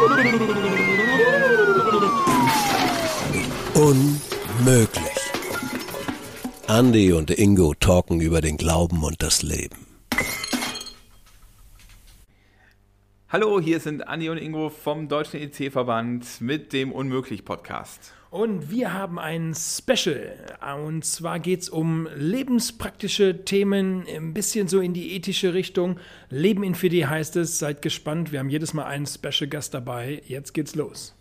Unmöglich. Andi und Ingo talken über den Glauben und das Leben. Hallo, hier sind Andi und Ingo vom Deutschen EC-Verband mit dem Unmöglich-Podcast. Und wir haben ein Special. Und zwar geht es um lebenspraktische Themen, ein bisschen so in die ethische Richtung. Leben in 4D heißt es. Seid gespannt. Wir haben jedes Mal einen Special-Gast dabei. Jetzt geht's los.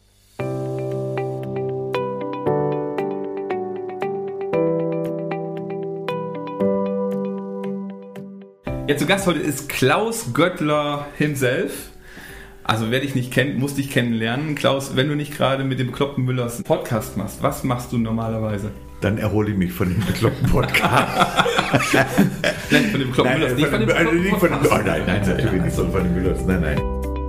Ja, zu Gast heute ist Klaus Göttler himself. Also wer dich nicht kennt, muss dich kennenlernen. Klaus, wenn du nicht gerade mit dem bekloppten Müllers einen Podcast machst, was machst du normalerweise? Dann erhole ich mich von dem bekloppten Podcast. Nein, von dem bekloppten Müllers, nicht von dem bekloppten Podcast. Oh nein, natürlich nicht von dem Müllers, nein.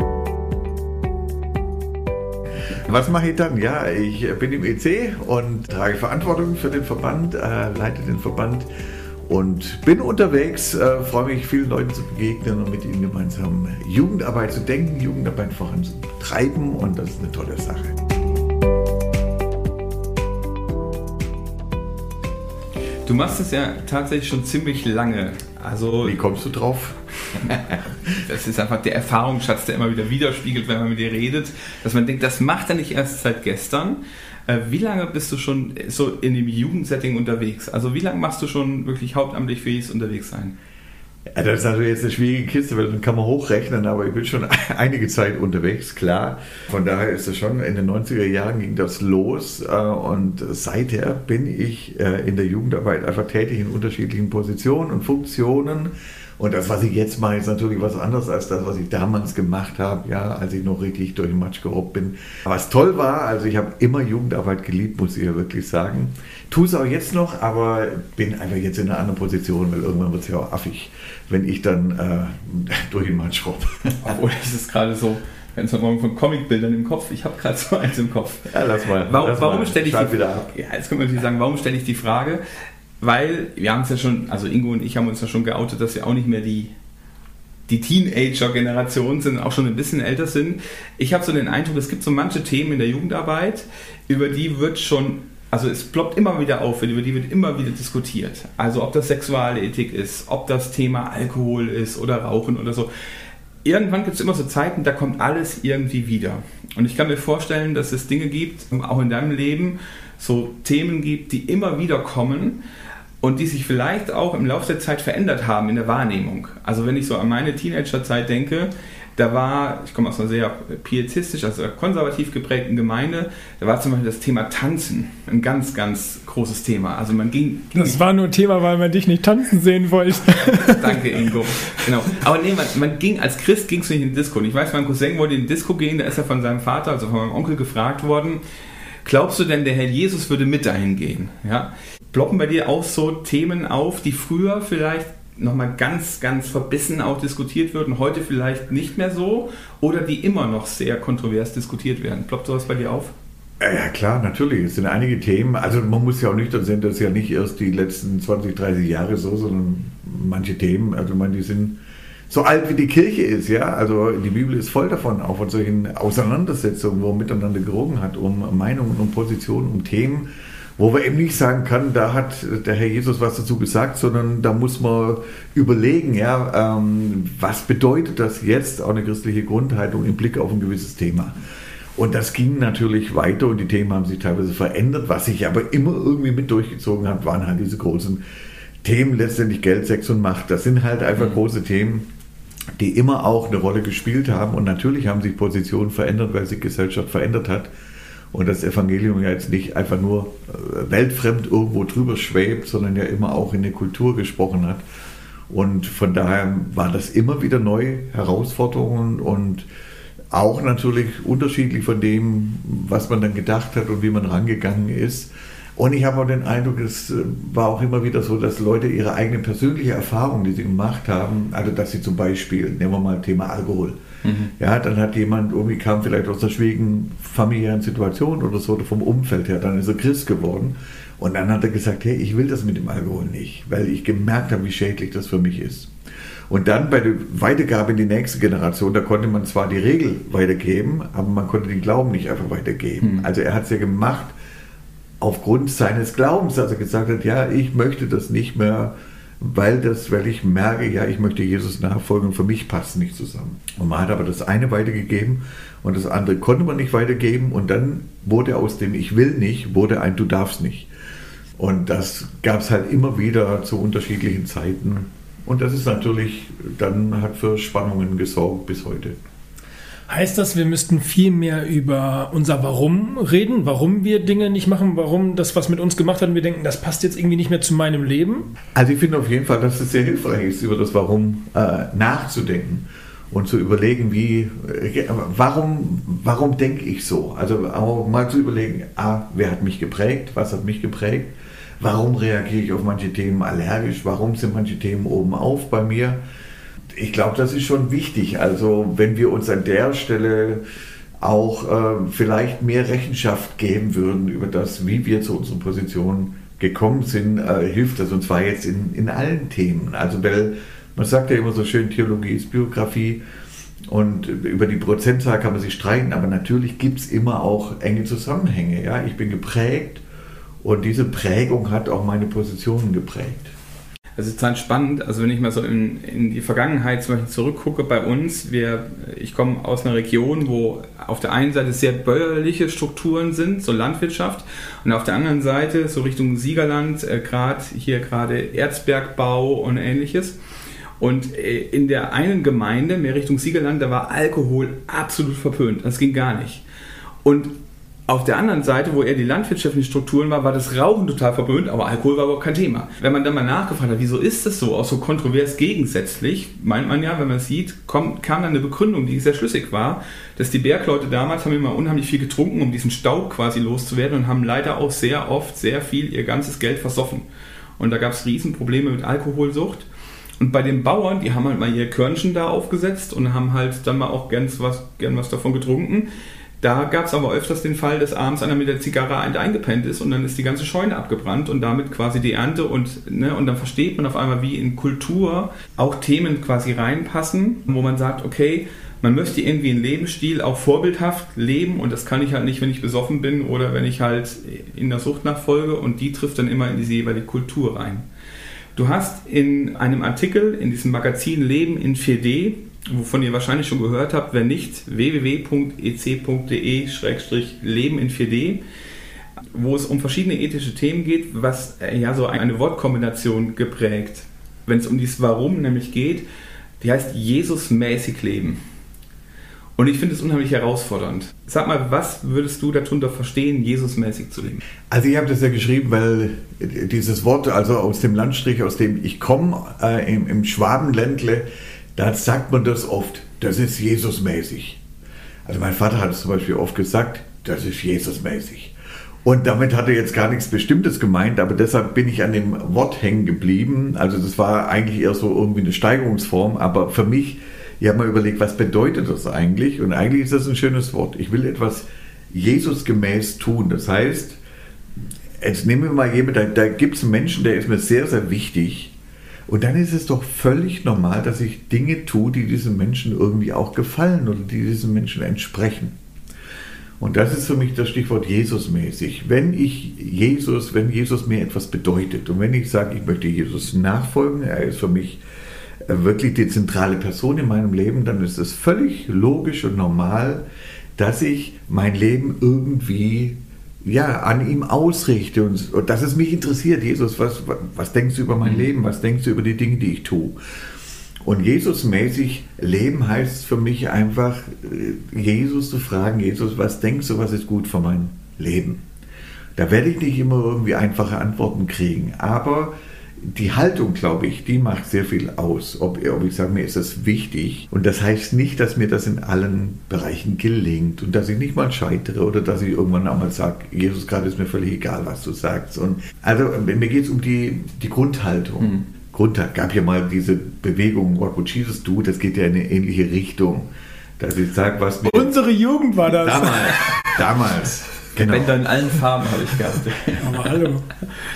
Was mache ich dann? Ja, ich bin im EC und trage Verantwortung für den Verband, leite den Verband. Und bin unterwegs, freue mich, vielen Leuten zu begegnen und mit ihnen gemeinsam Jugendarbeit zu denken, Jugendarbeit voranzutreiben, und das ist eine tolle Sache. Du machst es ja tatsächlich schon ziemlich lange. Also, wie kommst du drauf? Das ist einfach der Erfahrungsschatz, der immer wieder widerspiegelt, wenn man mit dir redet, dass man denkt, das macht er nicht erst seit gestern. Wie lange bist du schon so in dem Jugendsetting unterwegs? Also wie lange machst du schon wirklich hauptamtlich fähiges Unterwegssein? Ja, das ist natürlich jetzt eine schwierige Kiste, weil dann kann man hochrechnen, aber ich bin schon einige Zeit unterwegs, klar. Von daher ist es schon, in den 90er Jahren ging das los, und seither bin ich in der Jugendarbeit einfach tätig in unterschiedlichen Positionen und Funktionen. Und das, was ich jetzt mache, ist natürlich was anderes als das, was ich damals gemacht habe, ja, als ich noch richtig durch den Matsch gerobbt bin. Was toll war, also ich habe immer Jugendarbeit geliebt, muss ich ja wirklich sagen. Tue es auch jetzt noch, aber bin einfach jetzt in einer anderen Position, weil irgendwann wird es ja auch affig, wenn ich dann durch den Matsch robbe. Obwohl, das ist gerade so, ganz morgen von Comicbildern im Kopf. Ich habe gerade so eins im Kopf. Ja, lass mal. Warum stelle ich die wieder ab? Ja, jetzt können wir natürlich sagen, warum stelle ich die Frage? Weil wir haben es ja schon, also Ingo und ich haben uns ja schon geoutet, dass wir auch nicht mehr die Teenager-Generation sind, auch schon ein bisschen älter sind. Ich habe so den Eindruck, es gibt so manche Themen in der Jugendarbeit, über die wird schon, also es ploppt immer wieder auf, über die wird immer wieder diskutiert. Also ob das Sexualethik ist, ob das Thema Alkohol ist oder Rauchen oder so. Irgendwann gibt es immer so Zeiten, da kommt alles irgendwie wieder. Und ich kann mir vorstellen, dass es Dinge gibt, auch in deinem Leben, so Themen gibt, die immer wieder kommen und die sich vielleicht auch im Laufe der Zeit verändert haben in der Wahrnehmung. Also wenn ich so an meine Teenagerzeit denke, da war, ich komme aus einer sehr pietistisch, also konservativ geprägten Gemeinde, da war zum Beispiel das Thema Tanzen ein ganz, ganz großes Thema. Also man ging das war nur ein Thema, weil man dich nicht tanzen sehen wollte. Danke, Ingo. Genau. Aber nee, man ging, als Christ ging es nicht in die Disco. Und ich weiß, mein Cousin wollte in die Disco gehen, da ist er von seinem Vater, also von meinem Onkel, gefragt worden, glaubst du denn, der Herr Jesus würde mit dahin gehen? Ja? Ploppen bei dir auch so Themen auf, die früher vielleicht nochmal ganz, ganz verbissen auch diskutiert würden, heute vielleicht nicht mehr so, oder die immer noch sehr kontrovers diskutiert werden? Ploppt sowas bei dir auf? Ja klar, natürlich. Es sind einige Themen, also man muss ja auch nüchtern sehen, das ist ja nicht erst die letzten 20, 30 Jahre so, sondern manche Themen, also die sind so alt wie die Kirche ist, ja. Also die Bibel ist voll davon, auch von solchen Auseinandersetzungen, wo man miteinander gerungen hat, um Meinungen, um Positionen, um Themen, wo man eben nicht sagen kann, da hat der Herr Jesus was dazu gesagt, sondern da muss man überlegen, ja, was bedeutet das jetzt, auch eine christliche Grundhaltung im Blick auf ein gewisses Thema. Und das ging natürlich weiter und die Themen haben sich teilweise verändert. Was sich aber immer irgendwie mit durchgezogen hat, waren halt diese großen Themen, letztendlich Geld, Sex und Macht. Das sind halt einfach große Themen, die immer auch eine Rolle gespielt haben. Und natürlich haben sich Positionen verändert, weil sich Gesellschaft verändert hat. Und das Evangelium ja jetzt nicht einfach nur weltfremd irgendwo drüber schwebt, sondern ja immer auch in der Kultur gesprochen hat. Und von daher war das immer wieder neue Herausforderungen und auch natürlich unterschiedlich von dem, was man dann gedacht hat und wie man rangegangen ist. Und ich habe auch den Eindruck, es war auch immer wieder so, dass Leute ihre eigene persönliche Erfahrung, die sie gemacht haben, also dass sie zum Beispiel, nehmen wir mal Thema Alkohol, ja, dann hat jemand, irgendwie kam vielleicht aus einer schwierigen familiären Situation oder so, oder vom Umfeld her, dann ist er Christ geworden und dann hat er gesagt, hey, ich will das mit dem Alkohol nicht, weil ich gemerkt habe, wie schädlich das für mich ist. Und dann bei der Weitergabe in die nächste Generation, da konnte man zwar die Regel weitergeben, aber man konnte den Glauben nicht einfach weitergeben. Also er hat es ja gemacht aufgrund seines Glaubens, dass er gesagt hat, ja, ich möchte das nicht mehr, weil ich merke, ja, ich möchte Jesus nachfolgen und für mich passt es nicht zusammen. Und man hat aber das eine weitergegeben und das andere konnte man nicht weitergeben und dann wurde aus dem Ich will nicht, wurde ein Du darfst nicht. Und das gab es halt immer wieder zu unterschiedlichen Zeiten. Und das ist natürlich, dann hat für Spannungen gesorgt bis heute. Heißt das, wir müssten viel mehr über unser Warum reden? Warum wir Dinge nicht machen? Warum das, was mit uns gemacht hat, und wir denken, das passt jetzt irgendwie nicht mehr zu meinem Leben? Also ich finde auf jeden Fall, dass es sehr hilfreich ist, über das Warum nachzudenken und zu überlegen, warum denke ich so? Also auch mal zu überlegen, wer hat mich geprägt? Was hat mich geprägt? Warum reagiere ich auf manche Themen allergisch? Warum sind manche Themen oben auf bei mir? Ich glaube, das ist schon wichtig. Also wenn wir uns an der Stelle auch vielleicht mehr Rechenschaft geben würden über das, wie wir zu unseren Positionen gekommen sind, hilft das. Und zwar jetzt in allen Themen. Also weil man sagt ja immer so schön, Theologie ist Biografie. Und über die Prozentzahl kann man sich streiten. Aber natürlich gibt es immer auch enge Zusammenhänge. Ja? Ich bin geprägt. Und diese Prägung hat auch meine Positionen geprägt. Also es ist halt spannend, also wenn ich mal so in die Vergangenheit zum Beispiel zurückgucke bei uns, ich komme aus einer Region, wo auf der einen Seite sehr bäuerliche Strukturen sind, so Landwirtschaft, und auf der anderen Seite so Richtung Siegerland, gerade Erzbergbau und ähnliches. Und in der einen Gemeinde, mehr Richtung Siegerland, da war Alkohol absolut verpönt, das ging gar nicht. Und auf der anderen Seite, wo eher die landwirtschaftlichen Strukturen war das Rauchen total verpönt, aber Alkohol war überhaupt kein Thema. Wenn man dann mal nachgefragt hat, wieso ist das so, auch so kontrovers gegensätzlich, meint man ja, wenn man es sieht, kam dann eine Begründung, die sehr schlüssig war, dass die Bergleute damals haben immer unheimlich viel getrunken, um diesen Staub quasi loszuwerden und haben leider auch sehr oft sehr viel ihr ganzes Geld versoffen. Und da gab es Riesenprobleme mit Alkoholsucht. Und bei den Bauern, die haben halt mal ihr Körnchen da aufgesetzt und haben halt dann mal auch gern was davon getrunken. Da gab es aber öfters den Fall, dass abends einer mit der Zigarre eingepennt ist und dann ist die ganze Scheune abgebrannt und damit quasi die Ernte und dann versteht man auf einmal, wie in Kultur auch Themen quasi reinpassen, wo man sagt, okay, man möchte irgendwie einen Lebensstil auch vorbildhaft leben und das kann ich halt nicht, wenn ich besoffen bin oder wenn ich halt in der Sucht nachfolge und die trifft dann immer in diese jeweilige Kultur rein. Du hast in einem Artikel in diesem Magazin Leben in 4D, wovon ihr wahrscheinlich schon gehört habt, wenn nicht, www.ec.de/Leben in 4D, wo es um verschiedene ethische Themen geht, was ja so eine Wortkombination geprägt, wenn es um dieses Warum nämlich geht, die heißt Jesus-mäßig leben. Und ich finde es unheimlich herausfordernd. Sag mal, was würdest du darunter verstehen, Jesus-mäßig zu leben? Also ich habe das ja geschrieben, weil dieses Wort, also aus dem Landstrich, aus dem ich komme, im Schwabenländle, da sagt man das oft, das ist Jesus-mäßig. Also mein Vater hat es zum Beispiel oft gesagt, das ist Jesus-mäßig. Und damit hat er jetzt gar nichts Bestimmtes gemeint, aber deshalb bin ich an dem Wort hängen geblieben. Also das war eigentlich eher so irgendwie eine Steigerungsform, aber für mich, ich habe mal überlegt, was bedeutet das eigentlich? Und eigentlich ist das ein schönes Wort. Ich will etwas Jesus-gemäß tun. Das heißt, jetzt nehmen wir mal jemanden, da gibt es einen Menschen, der ist mir sehr, sehr wichtig. Und dann ist es doch völlig normal, dass ich Dinge tue, die diesem Menschen irgendwie auch gefallen oder die diesem Menschen entsprechen. Und das ist für mich das Stichwort Jesus-mäßig. Wenn Jesus mir etwas bedeutet und wenn ich sage, ich möchte Jesus nachfolgen, er ist für mich wirklich die zentrale Person in meinem Leben, dann ist es völlig logisch und normal, dass ich mein Leben irgendwie an ihm ausrichte und dass es mich interessiert. Jesus, was denkst du über mein Leben? Was denkst du über die Dinge, die ich tue? Und Jesus-mäßig leben heißt für mich einfach, Jesus zu fragen, Jesus, was denkst du, was ist gut für mein Leben? Da werde ich nicht immer irgendwie einfache Antworten kriegen, aber die Haltung, glaube ich, die macht sehr viel aus. Ob ich sage, mir ist das wichtig. Und das heißt nicht, dass mir das in allen Bereichen gelingt und dass ich nicht mal scheitere oder dass ich irgendwann auch mal sage, Jesus, gerade ist mir völlig egal, was du sagst. Und also mir geht es um die Grundhaltung. Gab ja mal diese Bewegung, What would Jesus do? Das geht ja in eine ähnliche Richtung. Dass ich sage, was mir... Unsere Jugend war das. Damals. Genau. Bänder in allen Farben habe ich gehabt. Aber hallo.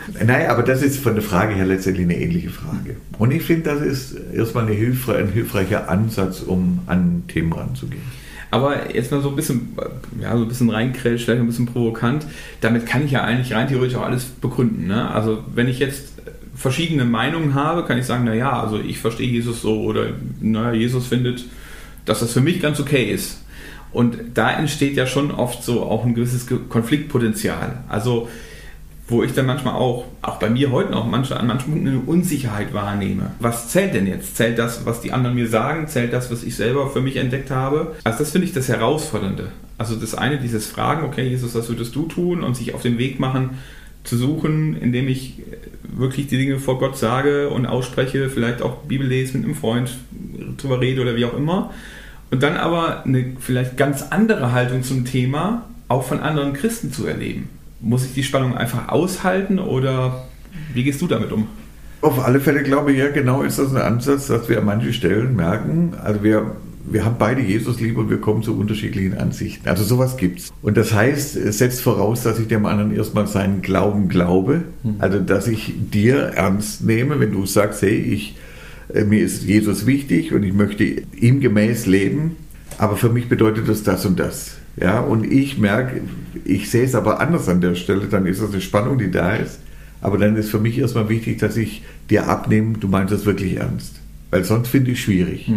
Naja, aber das ist von der Frage her letztendlich eine ähnliche Frage. Und ich finde, das ist erstmal ein hilfreicher Ansatz, um an Themen ranzugehen. Aber jetzt mal so ein bisschen reinkrätscht, vielleicht ein bisschen provokant, damit kann ich ja eigentlich rein theoretisch auch alles begründen. Ne? Also wenn ich jetzt verschiedene Meinungen habe, kann ich sagen, naja, also ich verstehe Jesus so oder naja, Jesus findet, dass das für mich ganz okay ist. Und da entsteht ja schon oft so auch ein gewisses Konfliktpotenzial. Also wo ich dann manchmal auch bei mir heute noch an manchen Punkten eine Unsicherheit wahrnehme. Was zählt denn jetzt? Zählt das, was die anderen mir sagen? Zählt das, was ich selber für mich entdeckt habe? Also das finde ich das Herausfordernde. Also das eine, dieses Fragen, okay, Jesus, was würdest du tun? Und sich auf den Weg machen, zu suchen, indem ich wirklich die Dinge vor Gott sage und ausspreche, vielleicht auch Bibel lese mit einem Freund, drüber rede oder wie auch immer. Und dann aber eine vielleicht ganz andere Haltung zum Thema auch von anderen Christen zu erleben. Muss ich die Spannung einfach aushalten oder wie gehst du damit um? Auf alle Fälle glaube ich, ja, genau ist das ein Ansatz, dass wir an manchen Stellen merken, also wir haben beide Jesus lieb und wir kommen zu unterschiedlichen Ansichten. Also sowas gibt's. Und das heißt, es setzt voraus, dass ich dem anderen erstmal seinen Glauben glaube, also dass ich dir ernst nehme, wenn du sagst, hey, mir ist Jesus wichtig und ich möchte ihm gemäß leben, aber für mich bedeutet das und das. Ja, und ich merke, ich sehe es aber anders an der Stelle, dann ist das eine Spannung, die da ist. Aber dann ist für mich erstmal wichtig, dass ich dir abnehme, du meinst das wirklich ernst. Weil sonst finde ich es schwierig.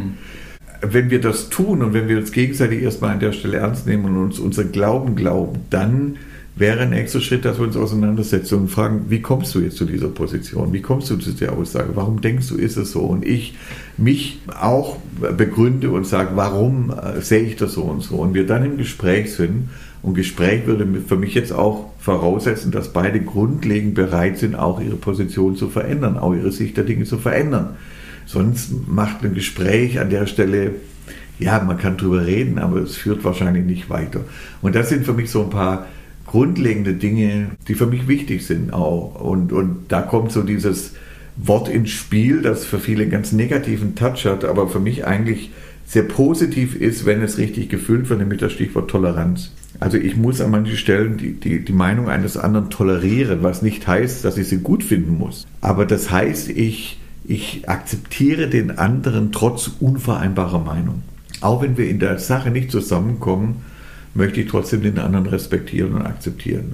Wenn wir das tun und wenn wir uns gegenseitig erstmal an der Stelle ernst nehmen und uns unseren Glauben glauben, dann wäre ein nächster Schritt, dass wir uns auseinandersetzen und fragen, wie kommst du jetzt zu dieser Position? Wie kommst du zu der Aussage? Warum denkst du, ist es so? Und ich mich auch begründe und sage, warum sehe ich das so und so? Und wir dann im Gespräch sind. Und Gespräch würde für mich jetzt auch voraussetzen, dass beide grundlegend bereit sind, auch ihre Position zu verändern, auch ihre Sicht der Dinge zu verändern. Sonst macht ein Gespräch an der Stelle, ja, man kann drüber reden, aber es führt wahrscheinlich nicht weiter. Und das sind für mich so ein paar grundlegende Dinge, die für mich wichtig sind auch. Und da kommt so dieses Wort ins Spiel, das für viele einen ganz negativen Touch hat, aber für mich eigentlich sehr positiv ist, wenn es richtig gefüllt wird, nämlich das Stichwort Toleranz. Also ich muss an manchen Stellen die Meinung eines anderen tolerieren, was nicht heißt, dass ich sie gut finden muss. Aber das heißt, ich akzeptiere den anderen trotz unvereinbarer Meinung. Auch wenn wir in der Sache nicht zusammenkommen, möchte ich trotzdem den anderen respektieren und akzeptieren.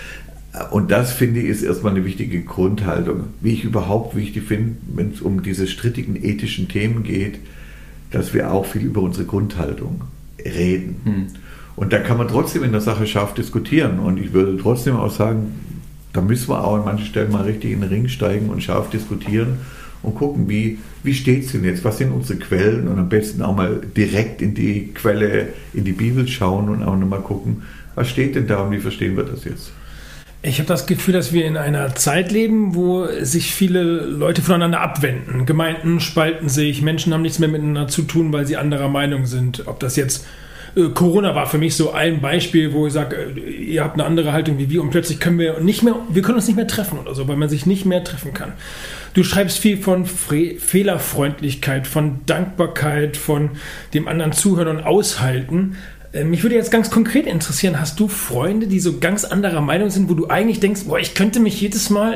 Und das, finde ich, ist erstmal eine wichtige Grundhaltung. Wie ich überhaupt wichtig finde, wenn es um diese strittigen ethischen Themen geht, dass wir auch viel über unsere Grundhaltung reden. Und da kann man trotzdem in der Sache scharf diskutieren. Und ich würde trotzdem auch sagen, da müssen wir auch an manchen Stellen mal richtig in den Ring steigen und scharf diskutieren und gucken, wie steht es denn jetzt, was sind unsere Quellen und am besten auch mal direkt in die Quelle, in die Bibel schauen und auch nochmal gucken, was steht denn da und wie verstehen wir das jetzt? Ich habe das Gefühl, dass wir in einer Zeit leben, wo sich viele Leute voneinander abwenden. Gemeinden spalten sich, Menschen haben nichts mehr miteinander zu tun, weil sie anderer Meinung sind. Ob das jetzt Corona war für mich so ein Beispiel, wo ich sage, ihr habt eine andere Haltung wie wir und plötzlich können wir uns nicht mehr treffen oder so, weil man sich nicht mehr treffen kann. Du schreibst viel von Fehlerfreundlichkeit, von Dankbarkeit, von dem anderen zuhören und aushalten. Mich würde jetzt ganz konkret interessieren, hast du Freunde, die so ganz anderer Meinung sind, wo du eigentlich denkst, eigentlich könnte ich mich jedes Mal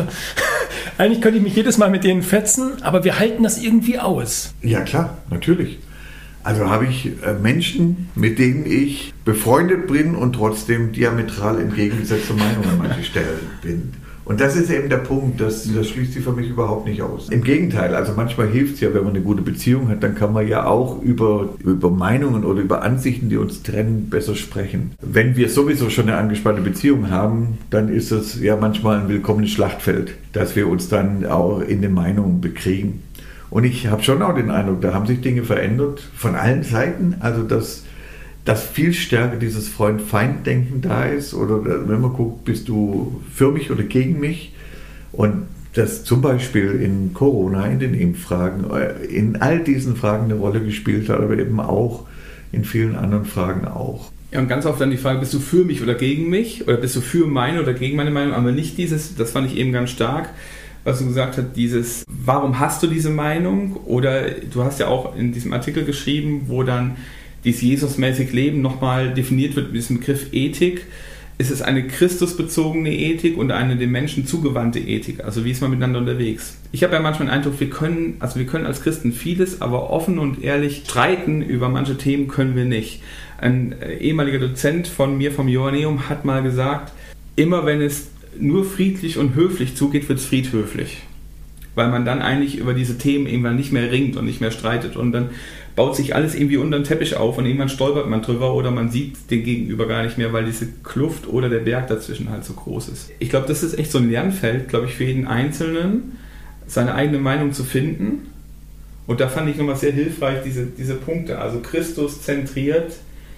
mit denen fetzen, aber wir halten das irgendwie aus? Ja klar, natürlich. Also habe ich Menschen, mit denen ich befreundet bin und trotzdem diametral entgegengesetzter Meinung an manchen Stellen bin. Und das ist eben der Punkt, das schließt sich für mich überhaupt nicht aus. Im Gegenteil, also manchmal hilft es ja, wenn man eine gute Beziehung hat, dann kann man ja auch über Meinungen oder über Ansichten, die uns trennen, besser sprechen. Wenn wir sowieso schon eine angespannte Beziehung haben, dann ist es ja manchmal ein willkommenes Schlachtfeld, dass wir uns dann auch in den Meinungen bekriegen. Und ich habe schon auch den Eindruck, da haben sich Dinge verändert von allen Seiten, also dass viel stärker dieses Freund-Feind-Denken da ist oder wenn man guckt, bist du für mich oder gegen mich und das zum Beispiel in Corona, in den Impffragen, in all diesen Fragen eine Rolle gespielt hat, aber eben auch in vielen anderen Fragen auch. Ja, und ganz oft dann die Frage, bist du für mich oder gegen mich oder bist du für meine oder gegen meine Meinung, aber nicht dieses, das fand ich eben ganz stark, was du gesagt hast, dieses, warum hast du diese Meinung oder du hast ja auch in diesem Artikel geschrieben, wo dann dieses Jesusmäßig Leben nochmal definiert wird mit diesem Begriff Ethik. ist es eine christusbezogene Ethik und eine dem Menschen zugewandte Ethik? Also wie ist man miteinander unterwegs? Ich habe ja manchmal den Eindruck, wir können als Christen vieles, aber offen und ehrlich streiten über manche Themen können wir nicht. Ein ehemaliger Dozent von mir vom Johanneum hat mal gesagt, immer wenn es nur friedlich und höflich zugeht, wird es friedhöflich. Weil man dann eigentlich über diese Themen irgendwann nicht mehr ringt und nicht mehr streitet und dann baut sich alles irgendwie unter den Teppich auf und irgendwann stolpert man drüber oder man sieht den Gegenüber gar nicht mehr, weil diese Kluft oder der Berg dazwischen halt so groß ist. Ich glaube, das ist echt so ein Lernfeld, glaube ich, für jeden Einzelnen, seine eigene Meinung zu finden. Und da fand ich nochmal sehr hilfreich, diese Punkte, also Christus zentriert,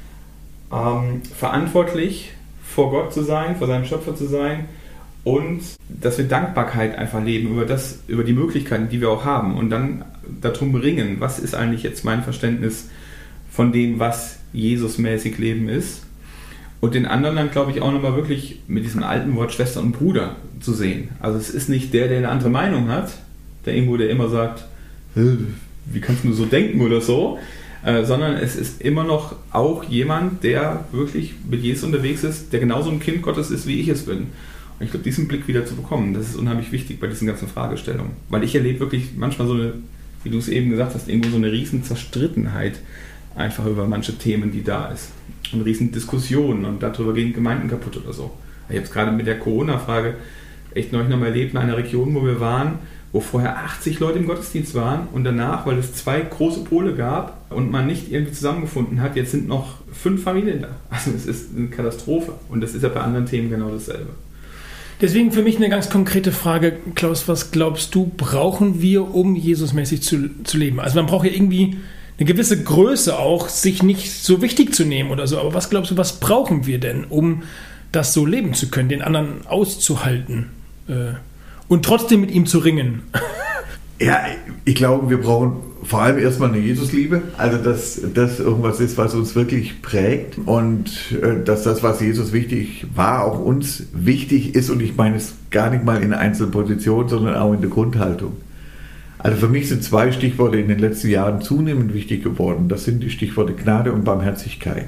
verantwortlich vor Gott zu sein, vor seinem Schöpfer zu sein und dass wir Dankbarkeit einfach leben über die Möglichkeiten, die wir auch haben und dann darum ringen, was ist eigentlich jetzt mein Verständnis von dem, was Jesusmäßig Leben ist und den anderen dann, glaube ich, auch nochmal wirklich mit diesem alten Wort Schwester und Bruder zu sehen. Also es ist nicht der eine andere Meinung hat, der immer sagt, wie kannst du so denken oder so, sondern es ist immer noch auch jemand, der wirklich mit Jesus unterwegs ist, der genauso ein Kind Gottes ist, wie ich es bin. Und ich glaube, diesen Blick wieder zu bekommen, das ist unheimlich wichtig bei diesen ganzen Fragestellungen. Weil ich erlebe wirklich manchmal so eine, wie du es eben gesagt hast, irgendwo so eine riesen Zerstrittenheit einfach über manche Themen, die da ist. Und riesen Diskussionen und darüber gehen Gemeinden kaputt oder so. Ich habe es gerade mit der Corona-Frage echt neulich nochmal erlebt in einer Region, wo wir waren, wo vorher 80 Leute im Gottesdienst waren und danach, weil es 2 große Pole gab und man nicht irgendwie zusammengefunden hat, jetzt sind noch 5 Familien da. Also es ist eine Katastrophe und das ist ja bei anderen Themen genau dasselbe. Deswegen für mich eine ganz konkrete Frage, Klaus, was glaubst du, brauchen wir, um Jesusmäßig zu leben? Also man braucht ja irgendwie eine gewisse Größe auch, sich nicht so wichtig zu nehmen oder so, aber was glaubst du, was brauchen wir denn, um das so leben zu können, den anderen auszuhalten? Und trotzdem mit ihm zu ringen. Ja, ich glaube, wir brauchen vor allem erstmal eine Jesusliebe. Also, dass das irgendwas ist, was uns wirklich prägt und dass das, was Jesus wichtig war, auch uns wichtig ist. Und ich meine es gar nicht mal in einzelnen Positionen, sondern auch in der Grundhaltung. Also für mich sind 2 Stichworte in den letzten Jahren zunehmend wichtig geworden. Das sind die Stichworte Gnade und Barmherzigkeit.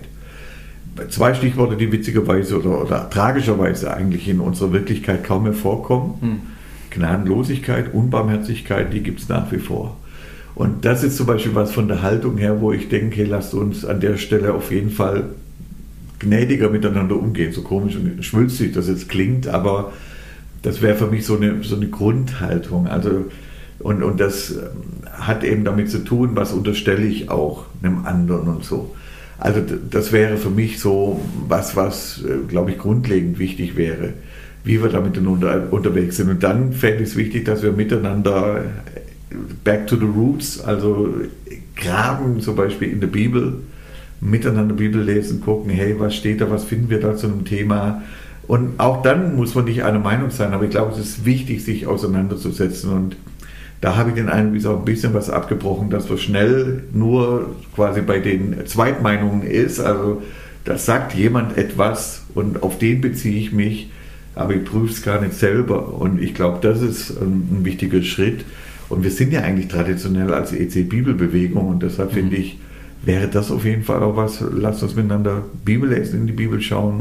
2 Stichworte, die witzigerweise oder tragischerweise eigentlich in unserer Wirklichkeit kaum mehr vorkommen. Gnadenlosigkeit, Unbarmherzigkeit, die gibt es nach wie vor. Und das ist zum Beispiel was von der Haltung her, wo ich denke, hey, lasst uns an der Stelle auf jeden Fall gnädiger miteinander umgehen. So komisch und schwülstig das jetzt klingt, aber das wäre für mich so eine Grundhaltung. Also, und das hat eben damit zu tun, was unterstelle ich auch einem anderen und so. Also das wäre für mich so was glaube ich, grundlegend wichtig wäre, wie wir damit unterwegs sind. Und dann fände ich es wichtig, dass wir miteinander back to the roots, also graben zum Beispiel in der Bibel, miteinander Bibel lesen, gucken, hey, was steht da, was finden wir da zu einem Thema. Und auch dann muss man nicht einer Meinung sein, aber ich glaube, es ist wichtig, sich auseinanderzusetzen. Und da habe ich den Eindruck, ist auch ein bisschen was abgebrochen, dass wir schnell nur quasi bei den Zweitmeinungen ist. Also da sagt jemand etwas und auf den beziehe ich mich, aber ich prüfe es gar nicht selber. Und ich glaube, das ist ein wichtiger Schritt. Und wir sind ja eigentlich traditionell als EC-Bibelbewegung und deshalb finde ich, wäre das auf jeden Fall auch was, lasst uns miteinander Bibel lesen, in die Bibel schauen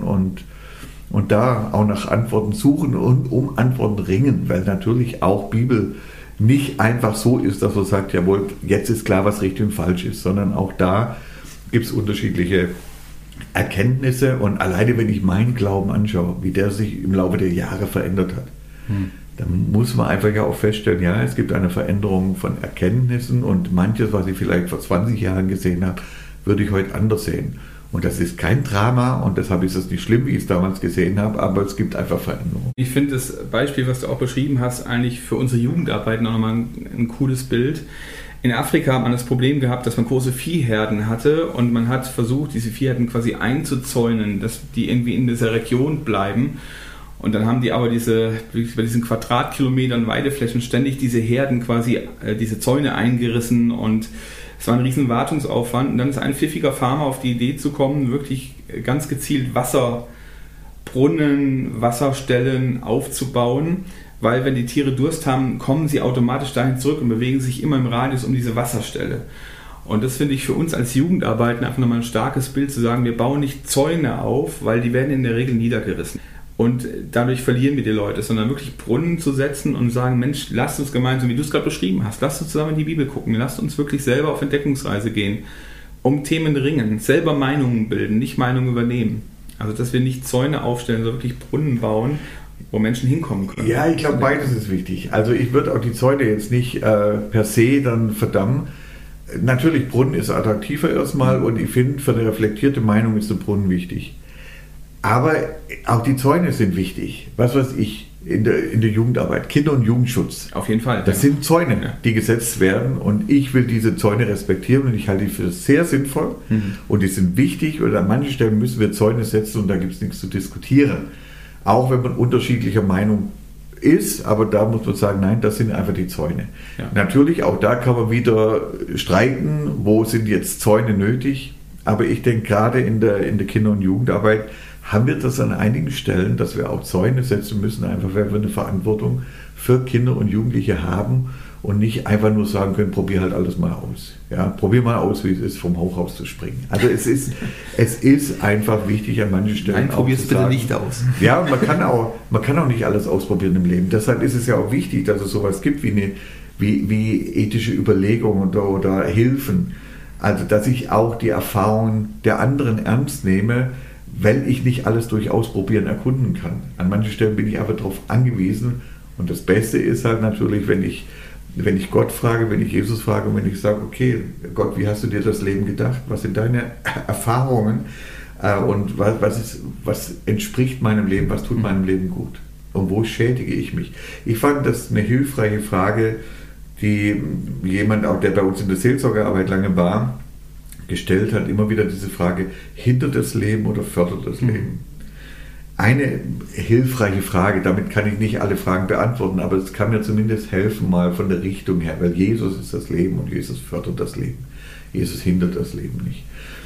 und da auch nach Antworten suchen und um Antworten ringen, weil natürlich auch Bibel nicht einfach so ist, dass man sagt, jawohl, jetzt ist klar, was richtig und falsch ist, sondern auch da gibt es unterschiedliche Erkenntnisse und alleine, wenn ich meinen Glauben anschaue, wie der sich im Laufe der Jahre verändert hat, dann muss man einfach ja auch feststellen, ja, es gibt eine Veränderung von Erkenntnissen und manches, was ich vielleicht vor 20 Jahren gesehen habe, würde ich heute anders sehen. Und das ist kein Drama und deshalb ist es nicht schlimm, wie ich es damals gesehen habe, aber es gibt einfach Veränderungen. Ich finde das Beispiel, was du auch beschrieben hast, eigentlich für unsere Jugendarbeit noch mal ein cooles Bild. In Afrika hat man das Problem gehabt, dass man große Viehherden hatte und man hat versucht, diese Viehherden quasi einzuzäunen, dass die irgendwie in dieser Region bleiben. Und dann haben die aber bei diesen Quadratkilometern Weideflächen ständig diese Herden quasi, diese Zäune eingerissen und es war ein riesen Wartungsaufwand. Und dann ist ein pfiffiger Farmer auf die Idee zu kommen, wirklich ganz gezielt Wasserbrunnen, Wasserstellen aufzubauen, weil wenn die Tiere Durst haben, kommen sie automatisch dahin zurück und bewegen sich immer im Radius um diese Wasserstelle. Und das finde ich für uns als Jugendarbeit einfach nochmal ein starkes Bild zu sagen, wir bauen nicht Zäune auf, weil die werden in der Regel niedergerissen. Und dadurch verlieren wir die Leute, sondern wirklich Brunnen zu setzen und sagen, Mensch, lasst uns gemeinsam, wie du es gerade beschrieben hast, lasst uns zusammen in die Bibel gucken, lasst uns wirklich selber auf Entdeckungsreise gehen, um Themen ringen, selber Meinungen bilden, nicht Meinungen übernehmen. Also dass wir nicht Zäune aufstellen, sondern wirklich Brunnen bauen, wo Menschen hinkommen können. Ja, ich glaube, beides ist wichtig. Also ich würde auch die Zäune jetzt nicht per se dann verdammen. Natürlich, Brunnen ist attraktiver erstmal und ich finde, für eine reflektierte Meinung ist der Brunnen wichtig. Aber auch die Zäune sind wichtig. Was weiß ich, in der Jugendarbeit, Kinder- und Jugendschutz. Auf jeden Fall. Das sind Zäune, die gesetzt werden und ich will diese Zäune respektieren und ich halte die für sehr sinnvoll und die sind wichtig und an manchen Stellen müssen wir Zäune setzen und da gibt es nichts zu diskutieren. Auch wenn man unterschiedlicher Meinung ist, aber da muss man sagen, nein, das sind einfach die Zäune. Ja. Natürlich, auch da kann man wieder streiten, wo sind jetzt Zäune nötig, aber ich denke gerade in der Kinder- und Jugendarbeit haben wir das an einigen Stellen, dass wir auch Zäune setzen müssen, einfach weil wir eine Verantwortung für Kinder und Jugendliche haben und nicht einfach nur sagen können, probier halt alles mal aus. Ja, probier mal aus, wie es ist, vom Hochhaus zu springen. Also es ist einfach wichtig an manchen Stellen. Nein, probier es bitte nicht aus. Ja, man kann auch nicht alles ausprobieren im Leben. Deshalb ist es ja auch wichtig, dass es sowas gibt wie ethische Überlegungen oder Hilfen. Also dass ich auch die Erfahrungen der anderen ernst nehme, weil ich nicht alles durch Ausprobieren erkunden kann. An manchen Stellen bin ich aber darauf angewiesen und das Beste ist halt natürlich, wenn ich Gott frage, wenn ich Jesus frage und wenn ich sage, okay, Gott, wie hast du dir das Leben gedacht? Was sind deine Erfahrungen und was entspricht meinem Leben? Was tut meinem Leben gut? Und wo schädige ich mich? Ich fand das eine hilfreiche Frage, die jemand, auch der bei uns in der Seelsorgearbeit lange war, gestellt hat, immer wieder diese Frage, hindert das Leben oder fördert das Leben? Eine hilfreiche Frage, damit kann ich nicht alle Fragen beantworten, aber es kann mir zumindest helfen, mal von der Richtung her, weil Jesus ist das Leben und Jesus fördert das Leben. Jesus hindert das Leben nicht.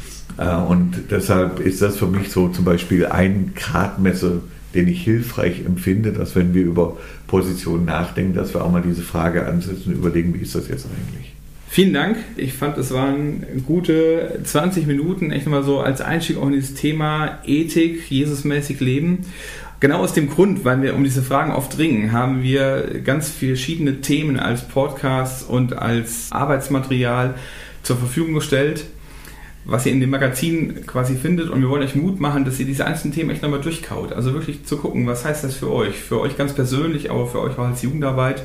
Und deshalb ist das für mich so zum Beispiel ein Gradmesser, den ich hilfreich empfinde, dass wenn wir über Positionen nachdenken, dass wir auch mal diese Frage ansetzen und überlegen, wie ist das jetzt eigentlich? Vielen Dank. Ich fand, es waren gute 20 Minuten, echt mal so als Einstieg auch in dieses Thema Ethik, Jesusmäßig leben. Genau aus dem Grund, weil wir um diese Fragen oft ringen, haben wir ganz verschiedene Themen als Podcasts und als Arbeitsmaterial zur Verfügung gestellt, was ihr in dem Magazin quasi findet. Und wir wollen euch Mut machen, dass ihr diese einzelnen Themen echt nochmal durchkaut. Also wirklich zu gucken, was heißt das für euch ganz persönlich, aber für euch auch als Jugendarbeit,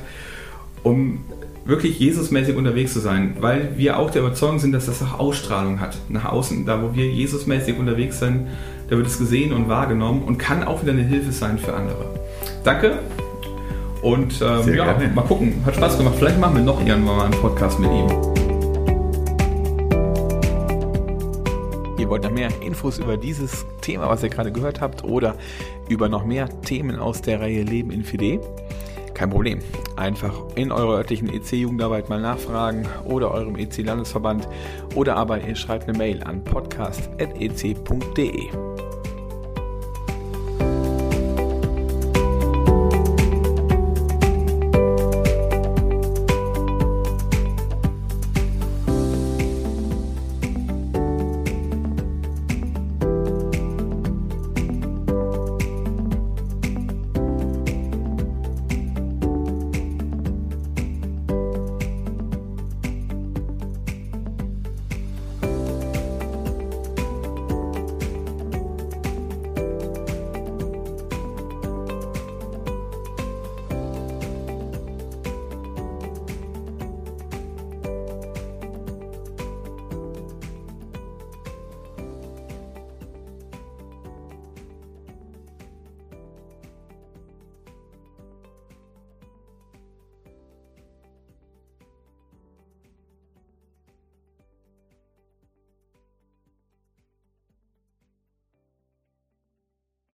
um wirklich Jesusmäßig unterwegs zu sein, weil wir auch der Überzeugung sind, dass das auch Ausstrahlung hat nach außen. Da, wo wir Jesusmäßig unterwegs sind, da wird es gesehen und wahrgenommen und kann auch wieder eine Hilfe sein für andere. Danke und mal gucken, hat Spaß gemacht. Vielleicht machen wir noch irgendwann mal einen Podcast mit ihm. Ihr wollt noch mehr Infos über dieses Thema, was ihr gerade gehört habt, oder über noch mehr Themen aus der Reihe Leben in 4D? Kein Problem. Einfach in eurer örtlichen EC-Jugendarbeit mal nachfragen oder eurem EC-Landesverband oder aber ihr schreibt eine Mail an podcast@ec.de.